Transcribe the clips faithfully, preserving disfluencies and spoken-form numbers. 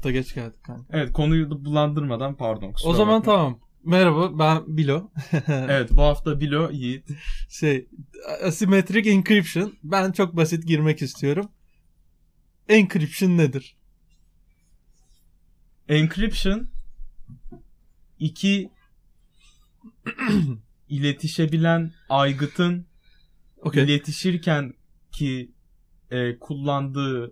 hafta geç geldik kanka. Evet, konuyu da bulandırmadan pardon. O zaman bakma. Tamam. Merhaba, ben Bilo. Evet, bu hafta Bilo, Yiğit. Şey, Asymmetric Encryption. Ben çok basit girmek istiyorum. Encryption nedir? Encryption iki iletişebilen aygıtın okay. iletişirken ki e, kullandığı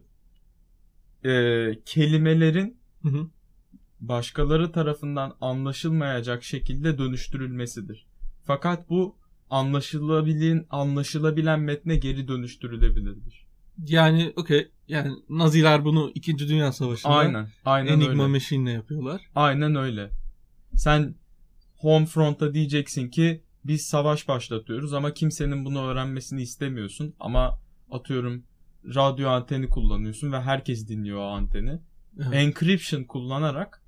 e, kelimelerin hı hı. başkaları tarafından anlaşılmayacak şekilde dönüştürülmesidir. Fakat bu anlaşılabilen anlaşılabilen metne geri dönüştürülebilirdir. Yani okey. Yani Naziler bunu İkinci Dünya Savaşı'nda aynen, aynen Enigma öyle. Machine'le yapıyorlar. Aynen öyle. Sen Homefront'a diyeceksin ki biz savaş başlatıyoruz ama kimsenin bunu öğrenmesini istemiyorsun. Ama atıyorum radyo anteni kullanıyorsun ve herkes dinliyor o anteni. Evet. Encryption kullanarak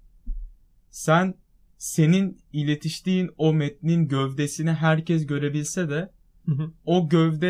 sen senin iletiştiğin o metnin gövdesini herkes görebilse de hı hı. o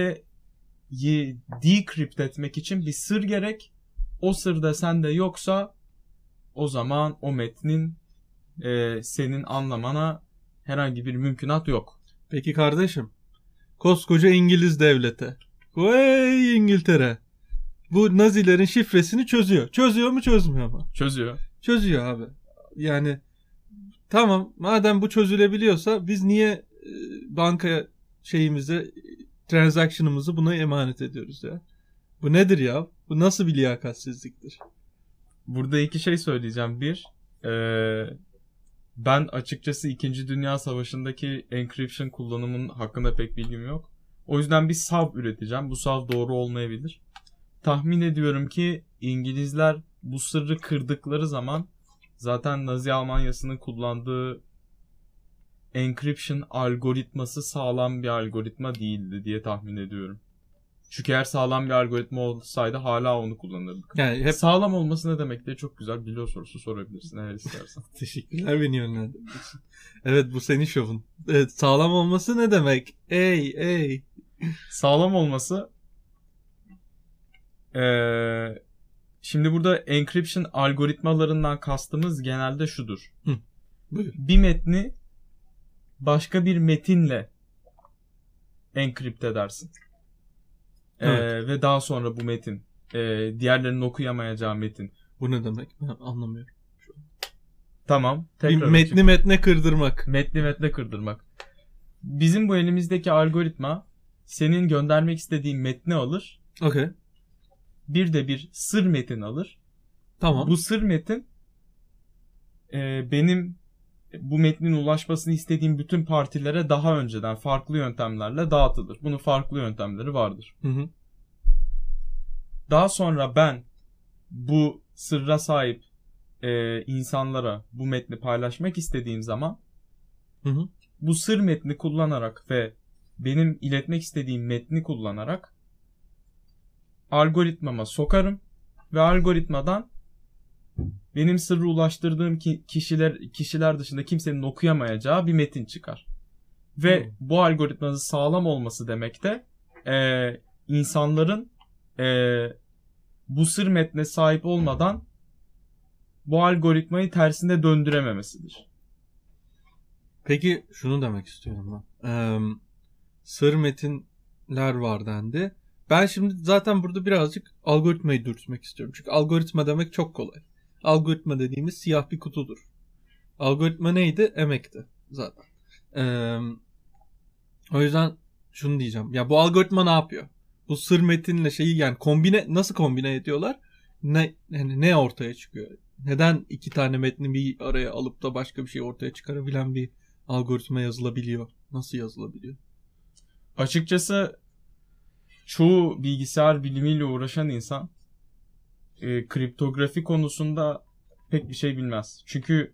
gövdeyi decrypt etmek için bir sır gerek. O sır da sende yoksa o zaman o metnin e, senin anlamana herhangi bir mümkünat yok. Peki kardeşim, koskoca İngiliz devleti, hey İngiltere, bu Nazilerin şifresini çözüyor. Çözüyor mu, çözmüyor mu? Çözüyor. Çözüyor abi. Yani tamam, madem bu çözülebiliyorsa biz niye e, banka şeyimizi, transaction'ımızı buna emanet ediyoruz ya? Bu nedir ya? Bu nasıl bir liyakatsizliktir? Burada iki şey söyleyeceğim. Bir, ee, ben açıkçası İkinci Dünya Savaşı'ndaki encryption kullanımının hakkında pek bilgim yok. O yüzden bir sav üreteceğim. Bu sav doğru olmayabilir. Tahmin ediyorum ki İngilizler bu sırrı kırdıkları zaman zaten Nazi Almanyası'nın kullandığı encryption algoritması sağlam bir algoritma değildi diye tahmin ediyorum. Çünkü eğer sağlam bir algoritma olsaydı hala onu kullanırdık. Yani hep sağlam olması ne demek diye çok güzel Bilo sorusu sorabilirsin eğer istersen. Teşekkürler, beni yönlendirdiğin. Evet, bu senin şovun. Evet, sağlam olması ne demek? Ey ey. Sağlam olması ee, şimdi burada encryption algoritmalarından kastımız genelde şudur. Hı, buyur. Bir metni başka bir metinle enkript edersin. Evet. Ee, ve daha sonra bu metin e, diğerlerinin okuyamayacağı metin. Bu ne demek? Ben anlamıyorum. Tamam. Tekrar metni açık. metne kırdırmak. Metni metne kırdırmak. Bizim bu elimizdeki algoritma senin göndermek istediğin metni alır. Okay. Bir de bir sır metin alır. Tamam. Bu sır metin e, benim bu metnin ulaşmasını istediğim bütün partilere daha önceden farklı yöntemlerle dağıtılır. Bunun farklı yöntemleri vardır. Hı hı. Daha sonra ben bu sırra sahip e, insanlara bu metni paylaşmak istediğim zaman hı hı. bu sır metni kullanarak ve benim iletmek istediğim metni kullanarak algoritmama sokarım ve algoritmadan benim sırrı ulaştırdığım ki kişiler kişiler dışında kimsenin okuyamayacağı bir metin çıkar. Ve hmm. bu algoritmanın sağlam olması demek de e, insanların e, bu sır metne sahip olmadan bu algoritmayı tersine döndürememesidir. Peki şunu demek istiyorum ben. Ee, sır metinler var dendi. Ben şimdi zaten burada birazcık algoritmayı dürtmek istiyorum. Çünkü algoritma demek çok kolay. Algoritma dediğimiz siyah bir kutudur. Algoritma neydi? Emekti zaten. Ee, o yüzden şunu diyeceğim. Ya bu algoritma ne yapıyor? Bu sır metinle şeyi yani kombine nasıl kombine ediyorlar? Ne yani ne ortaya çıkıyor? Neden iki tane metni bir araya alıp da başka bir şey ortaya çıkarabilen bir algoritma yazılabiliyor? Nasıl yazılabiliyor? Açıkçası çoğu bilgisayar bilimiyle uğraşan insan e, kriptografi konusunda pek bir şey bilmez. Çünkü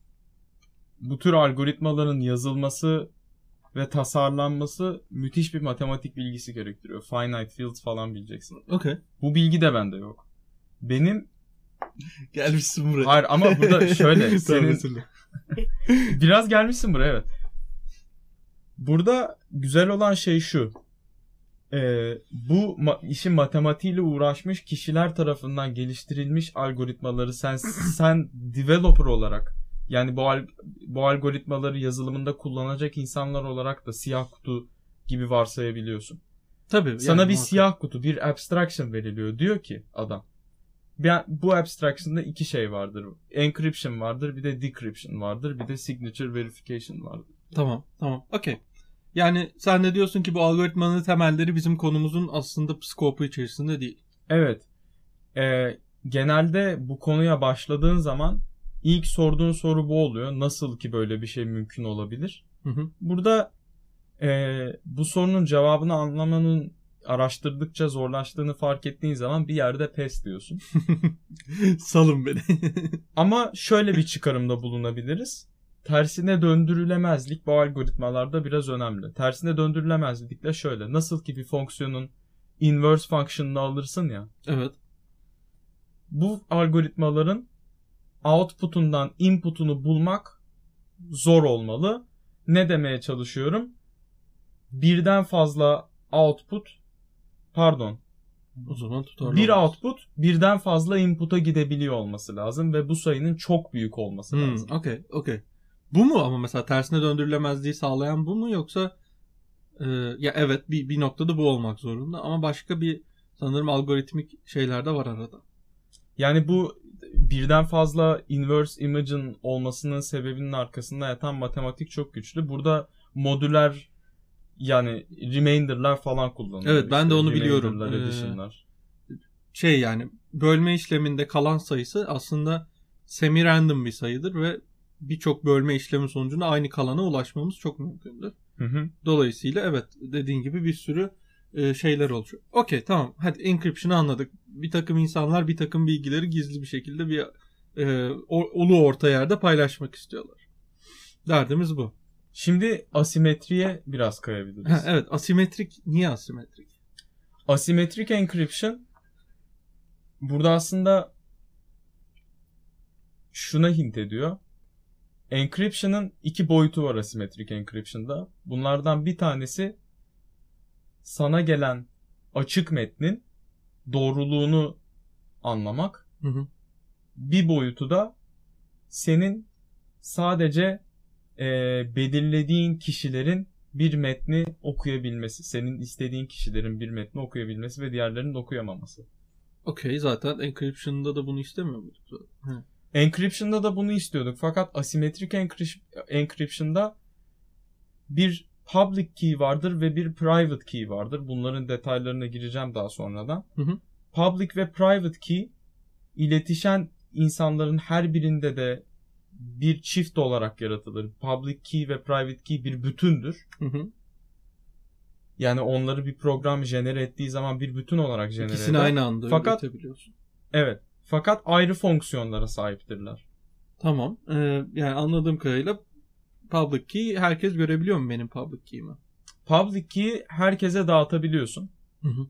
bu tür algoritmaların yazılması ve tasarlanması müthiş bir matematik bilgisi gerektiriyor. Finite fields falan bileceksin. Okay. Bu bilgi de bende yok. Benim gelmişsin buraya. Hayır ama burada şöyle senin biraz gelmişsin buraya, evet. Burada güzel olan şey şu. Ee, bu ma- işin matematiğiyle uğraşmış kişiler tarafından geliştirilmiş algoritmaları sen sen developer olarak, yani bu al- bu algoritmaları yazılımında kullanacak insanlar olarak da siyah kutu gibi varsayabiliyorsun. Tabii. Sana yani bir muhakkak. siyah kutu, bir abstraction veriliyor. Diyor ki adam, ben, bu abstraction'da iki şey vardır. Encryption vardır, bir de decryption vardır, bir de signature verification vardır. Tamam, tamam. Okey. Yani sen de diyorsun ki bu algoritmanın temelleri bizim konumuzun aslında skopu içerisinde değil. Evet. Ee, genelde bu konuya başladığın zaman ilk sorduğun soru bu oluyor. Nasıl ki böyle bir şey mümkün olabilir? Hı hı. Burada e, bu sorunun cevabını anlamanın araştırdıkça zorlaştığını fark ettiğin zaman bir yerde pes diyorsun. Salın beni. Ama şöyle bir çıkarımda bulunabiliriz. Tersine döndürülemezlik bu algoritmalarda biraz önemli. Tersine döndürülemezlikle şöyle. Nasıl ki bir fonksiyonun inverse function'ını alırsın ya. Evet. Bu algoritmaların output'undan input'unu bulmak zor olmalı. Ne demeye çalışıyorum? Birden fazla output, pardon. O zaman tutarlı Bir olmaz. output birden fazla input'a gidebiliyor olması lazım ve bu sayının çok büyük olması Hmm, lazım. okey, okey. Bu mu ama mesela tersine döndürülemezliği sağlayan bu mu, yoksa e, ya evet bir bir noktada bu olmak zorunda ama başka bir sanırım algoritmik şeyler de var arada. Yani bu birden fazla inverse image'ın olmasının sebebinin arkasında yatan matematik çok güçlü. Burada modüler, yani remainder'lar falan kullanılıyor. Evet, ben de onu biliyorum. Remainder'lar, Ee, addition'lar. Şey yani bölme işleminde kalan sayısı aslında semi-random bir sayıdır ve birçok bölme işlemi sonucunda aynı kalana ulaşmamız çok mümkündür. Hı hı. Dolayısıyla evet, dediğin gibi bir sürü e, şeyler olacak. Okey, tamam, hadi encryption'ı anladık. Bir takım insanlar bir takım bilgileri gizli bir şekilde bir e, ulu orta yerde paylaşmak istiyorlar. Derdimiz bu. Şimdi asimetriye biraz kayabiliriz. Ha, evet, asimetrik. Niye asimetrik? Asimetrik encryption burada aslında şuna hint ediyor. Encryption'ın iki boyutu var asimetrik encryption'da. Bunlardan bir tanesi sana gelen açık metnin doğruluğunu anlamak. Hı hı. Bir boyutu da senin sadece e, belirlediğin kişilerin bir metni okuyabilmesi. Senin istediğin kişilerin bir metni okuyabilmesi ve diğerlerinin de okuyamaması. Okey, zaten encryption'da da bunu istemiyor muyduk? Hı. Encryption'da da bunu istiyorduk. Fakat asimetrik encryption'da bir public key vardır ve bir private key vardır. Bunların detaylarına gireceğim daha sonradan. Hı hı. Public ve private key iletişen insanların her birinde de bir çift olarak yaratılır. Public key ve private key bir bütündür. Hı hı. Yani onları bir program jenere ettiği zaman bir bütün olarak jenere eder. İkisini aynı anda Fakat üretebiliyorsun. evet. Fakat ayrı fonksiyonlara sahiptirler. Tamam. Ee, yani anladığım kadarıyla public key herkes görebiliyor mu benim public key'imi? Public key herkese dağıtabiliyorsun. Hı hı.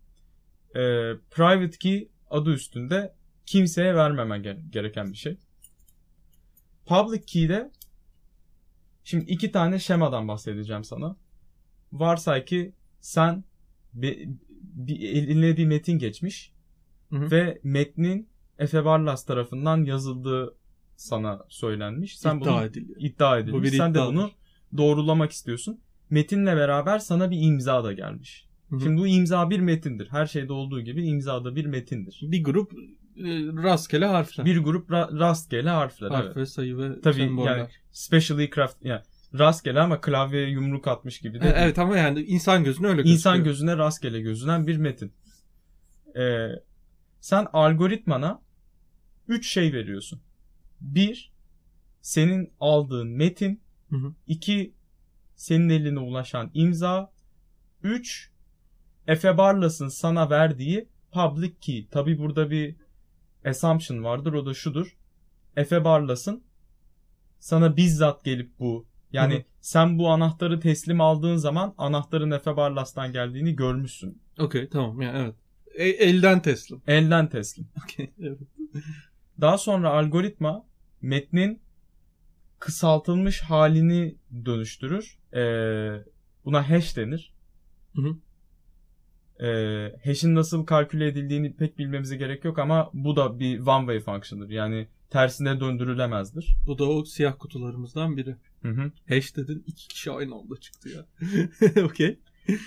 Ee, private key adı üstünde kimseye vermemen gereken bir şey. Public key'de şimdi iki tane şemadan bahsedeceğim sana. Varsay ki sen bir, bir eline bir metin geçmiş Hı hı. ve metnin Efe Barlas tarafından yazıldığı sana söylenmiş. Sen İddia bunu ediliyor. iddia edilmiş. Bu bir Sen de iddiadır. bunu doğrulamak istiyorsun. Metinle beraber sana bir imza da gelmiş. Hı hı. Şimdi bu imza bir metindir. Her şeyde olduğu gibi imza da bir metindir. Bir grup e, rastgele harfler. Bir grup ra- rastgele harfler. Harf evet. ve sayı ve Tabii semboller. yani specially craft, yani rastgele ama klavyeye yumruk atmış gibi de. E, evet ama yani insan gözüne öyle gözüküyor. İnsan gözüne rastgele gözünen bir metin. Ee, sen algoritmana üç şey veriyorsun. Bir, senin aldığın metin. Hı hı. İki, senin eline ulaşan imza. Üç, Efe Barlas'ın sana verdiği public key. Tabi burada bir assumption vardır, o da şudur. Efe Barlas'ın sana bizzat gelip bu, yani hı hı. sen bu anahtarı teslim aldığın zaman anahtarın Efe Barlas'tan geldiğini görmüşsün. Okey, tamam yani evet. E, elden teslim. Elden teslim. Okey, evet. Daha sonra algoritma metnin kısaltılmış halini dönüştürür. Ee, buna hash denir. Hı hı. e, hash'in nasıl kalküle edildiğini pek bilmemize gerek yok ama bu da bir one way function'dır. Yani tersine döndürülemezdir. Bu da o siyah kutularımızdan biri. Hı hı. Hash dedin, iki kişi aynı anda çıktı ya. Okey.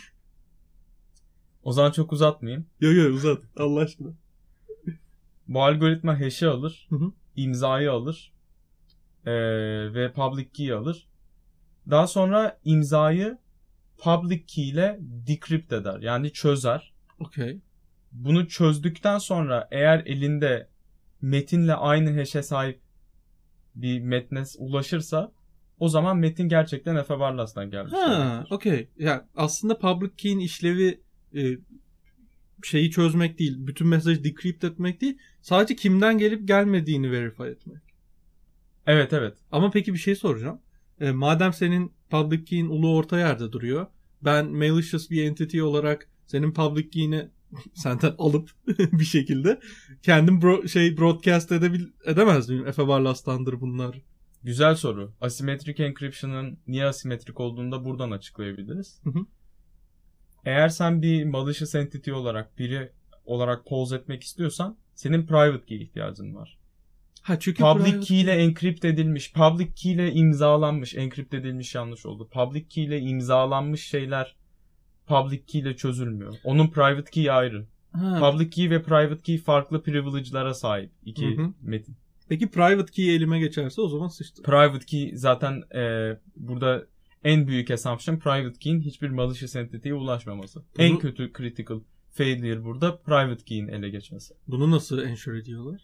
O zaman çok uzatmayayım. Yok yok uzat Allah aşkına. Bu algoritma hash'i alır, hı hı. imzayı alır ee, ve public key'i alır. Daha sonra imzayı public key ile decrypt eder. Yani çözer. Okay. Bunu çözdükten sonra eğer elinde metinle aynı hash'e sahip bir metne ulaşırsa o zaman metin gerçekten Efe Barlas'tan gelmiş. Ha, okey. Yani aslında public key'in işlevi e, şeyi çözmek değil, bütün mesajı decrypt etmek değil, sadece kimden gelip gelmediğini verify etmek. Evet evet. Ama peki bir şey soracağım. E, madem senin public key'in ulu orta yerde duruyor, ben malicious bir entity olarak senin public key'ini senden alıp bir şekilde kendim bro- şey broadcast edebil- edemez miyim? Efe Barlas'tandır bunlar. Güzel soru. Asymmetric encryption'ın niye asimetrik olduğunu da buradan açıklayabiliriz. Hı hı. Eğer sen bir malicious entity olarak biri olarak pose etmek istiyorsan senin private key ihtiyacın var. Ha çünkü public private... key ile encrypt edilmiş, public key ile imzalanmış, encrypt edilmiş yanlış oldu. Public key ile imzalanmış şeyler public key ile çözülmüyor. Onun private key ayrı. Ha. Public key ve private key farklı privilege'lara sahip iki hı hı. metin. Peki private key elime geçerse o zaman sıçtı. Private key zaten e, burada en büyük assumption private key'in hiçbir malicious entity'ye ulaşmaması. Bunu, en kötü critical failure burada private key'in ele geçmesi. Bunu nasıl ensure ediyorlar?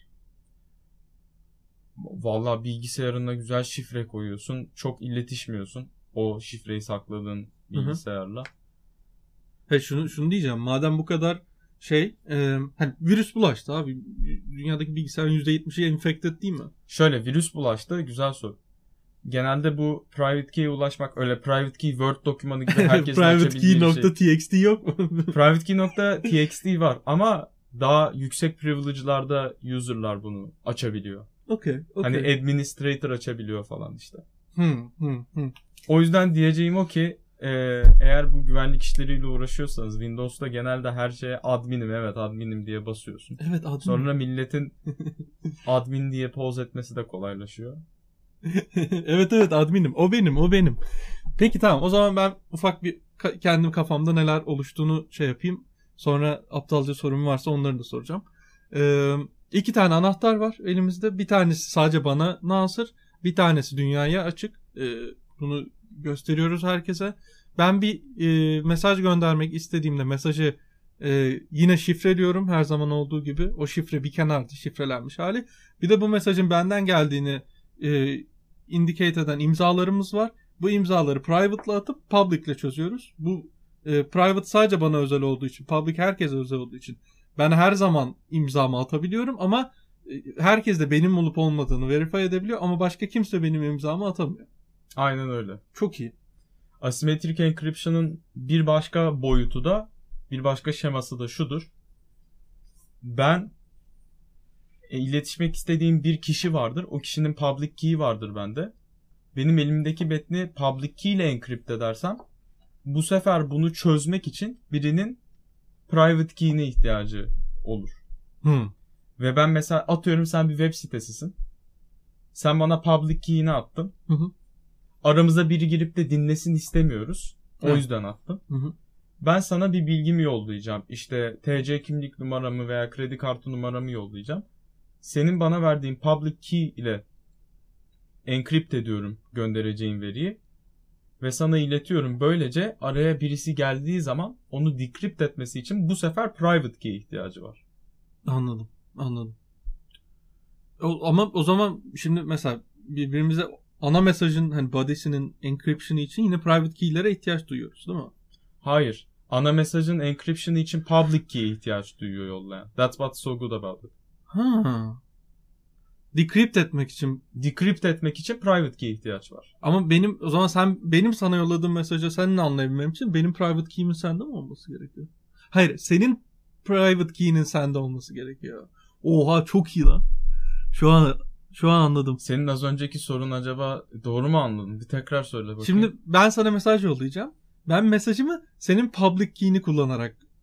Vallahi bilgisayarına güzel şifre koyuyorsun. Çok iletişmiyorsun o şifreyi sakladığın bilgisayarla. He şunu şunu diyeceğim. Madem bu kadar şey e, hani virüs bulaştı abi. Dünyadaki bilgisayarın yüzde yetmişi infected değil mi? Şöyle virüs bulaştı. Güzel soru. Genelde bu private key'e ulaşmak öyle private key Word dokümanı gibi herkesin private key nokta şey. txt yok mu? private key nokta txt var ama daha yüksek privilege'larda user'lar bunu açabiliyor. Okay, okay. Hani administrator açabiliyor falan işte. Hmm, hmm, hmm. O yüzden diyeceğim o ki e, eğer bu güvenlik işleriyle uğraşıyorsanız Windows'ta genelde her şeye adminim evet adminim diye basıyorsun. Evet admin. Sonra milletin admin diye pose etmesi de kolaylaşıyor. evet evet adminim. O benim o benim. Peki tamam o zaman ben ufak bir ka- kendim kafamda neler oluştuğunu şey yapayım. Sonra aptalca sorum varsa onları da soracağım. Ee, iki tane anahtar var elimizde. Bir tanesi sadece bana nasır. Bir tanesi dünyaya açık. Ee, bunu gösteriyoruz herkese. Ben bir e, mesaj göndermek istediğimde mesajı e, yine şifreliyorum her zaman olduğu gibi. O şifre bir kenarda şifrelenmiş hali. Bir de bu mesajın benden geldiğini e, indicate eden imzalarımız var. Bu imzaları private'la atıp public'le çözüyoruz. Bu e, private sadece bana özel olduğu için, public herkese özel olduğu için ben her zaman imzamı atabiliyorum ama e, herkes de benim olup olmadığını verify edebiliyor ama başka kimse benim imzamı atamıyor. Aynen öyle. Çok iyi. Asymmetric encryption'ın bir başka boyutu da, bir başka şeması da şudur. Ben e, iletişmek istediğim bir kişi vardır. O kişinin public key vardır bende. Benim elimdeki metni public key ile encrypt edersem bu sefer bunu çözmek için birinin private key'ine ihtiyacı olur. Hmm. Ve ben mesela atıyorum sen bir web sitesisin. Sen bana public key'ini attın. Hı hı. Aramıza biri girip de dinlesin istemiyoruz. O Hı. yüzden attım. Hı hı. Ben sana bir bilgimi yollayacağım. İşte T C kimlik numaramı veya kredi kartı numaramı yollayacağım. Senin bana verdiğin public key ile encrypt ediyorum göndereceğin veriyi. Ve sana iletiyorum. Böylece araya birisi geldiği zaman onu decrypt etmesi için bu sefer private key ihtiyacı var. Anladım. Anladım. O, ama o zaman şimdi mesela birbirimize ana mesajın hani body'sinin encryption'ı için yine private key'lere ihtiyaç duyuyoruz değil mi? Hayır. Ana mesajın encryption'ı için public key'e ihtiyaç duyuyor yollayan. That's what's so good about it. Ha. Decrypt etmek için. Decrypt etmek için private key'e ihtiyaç var. Ama benim o zaman sen benim sana yolladığım mesajı seninle anlayabilmem için benim private key'imin sende mi olması gerekiyor? Hayır, senin private key'inin sende olması gerekiyor. Oha çok iyi lan. Şu an şu an anladım. Senin az önceki sorun acaba doğru mu anladın? Bir tekrar söyle bakayım. Şimdi ben sana mesaj yollayacağım. Ben mesajımı senin public key'ini kullanarak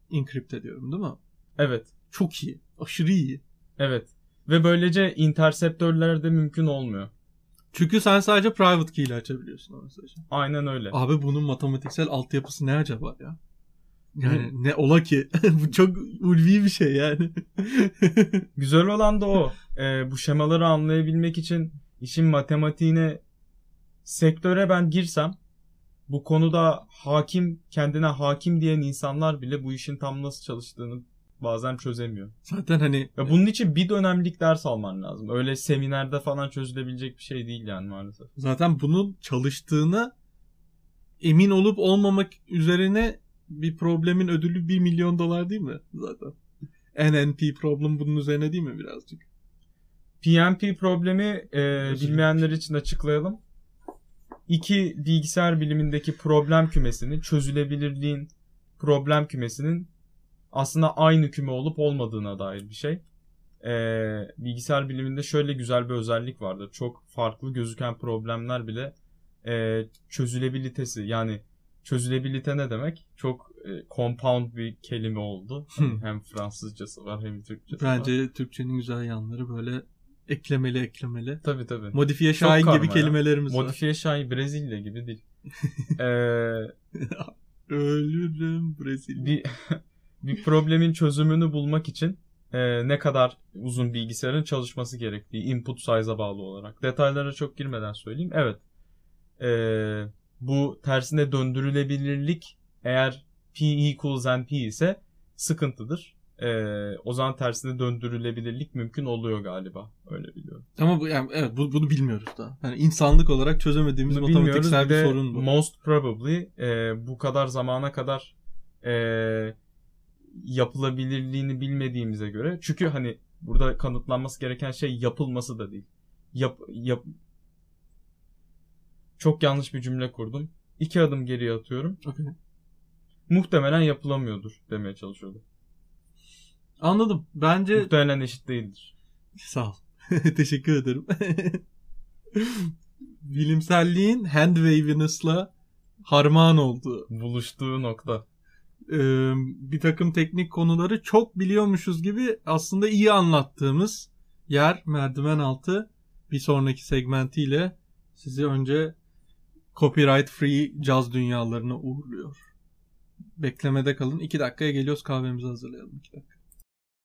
encrypt ediyorum değil mi? Evet. Çok iyi. Aşırı iyi. Evet. Ve böylece interceptörlerde mümkün olmuyor. Çünkü sen sadece private key ile açabiliyorsun o mesajı. Aynen öyle. Abi bunun matematiksel altyapısı ne acaba ya? Yani hmm. ne ola ki? Bu çok ulvi bir şey yani. Güzel olan da o. Ee, bu şemaları anlayabilmek için işin matematiğine, sektöre ben girsem, bu konuda hakim, kendine hakim diyen insanlar bile bu işin tam nasıl çalıştığını bazen çözemiyor. Zaten hani... Ya bunun için bir dönemlik ders alman lazım. Öyle seminerde falan çözülebilecek bir şey değil yani maalesef. Zaten bunun çalıştığına emin olup olmamak üzerine bir problemin ödülü bir milyon dolar değil mi zaten? N N P problem bunun üzerine değil mi birazcık? P N P problemi e, bilmeyenler için açıklayalım. İki bilgisayar bilimindeki problem kümesinin, çözülebilirliğin problem kümesinin aslında aynı küme olup olmadığına dair bir şey. Ee, bilgisayar biliminde şöyle güzel bir özellik vardır. Çok farklı gözüken problemler bile e, çözülebilitesi, yani çözülebilite ne demek? Çok e, compound bir kelime oldu. Yani hem Fransızcası var hem Türkçesi var. Bence Türkçenin güzel yanları böyle eklemeli eklemeli. Tabii tabii. Modifiye şahin gibi kelimelerimiz ya. var. Modifiye şahin Brezilya gibi değil. ee, Ölürüm Brezilya. Bir, bir problemin çözümünü bulmak için e, ne kadar uzun bilgisayarın çalışması gerektiği input size'a bağlı olarak. Detaylara çok girmeden söyleyeyim. Evet. E, bu tersine döndürülebilirlik eğer P equals N P ise sıkıntıdır. Ee, o zaman tersine döndürülebilirlik mümkün oluyor galiba. Öyle biliyorum. Ama bu, yani, evet bu, bunu bilmiyoruz da. Yani insanlık olarak çözemediğimiz bunu matematiksel bir, bir sorun bu. Most probably e, bu kadar zamana kadar e, yapılabilirliğini bilmediğimize göre. Çünkü hani burada kanıtlanması gereken şey yapılması da değil. Yap, yap... Çok yanlış bir cümle kurdum. İki adım geriye atıyorum. Okay. Muhtemelen yapılamıyordur demeye çalışıyordum. Anladım. Bence... Muhtemelen eşit değildir. Sağ ol. Teşekkür ederim. Bilimselliğin hand waviness'la harman olduğu. Buluştuğu nokta. Ee, bir takım teknik konuları çok biliyormuşuz gibi aslında iyi anlattığımız yer merdiven altı. Bir sonraki segmentiyle sizi önce copyright free caz dünyalarına uğurluyor. Beklemede kalın. İki dakikaya geliyoruz, kahvemizi hazırlayalım. İki dakika.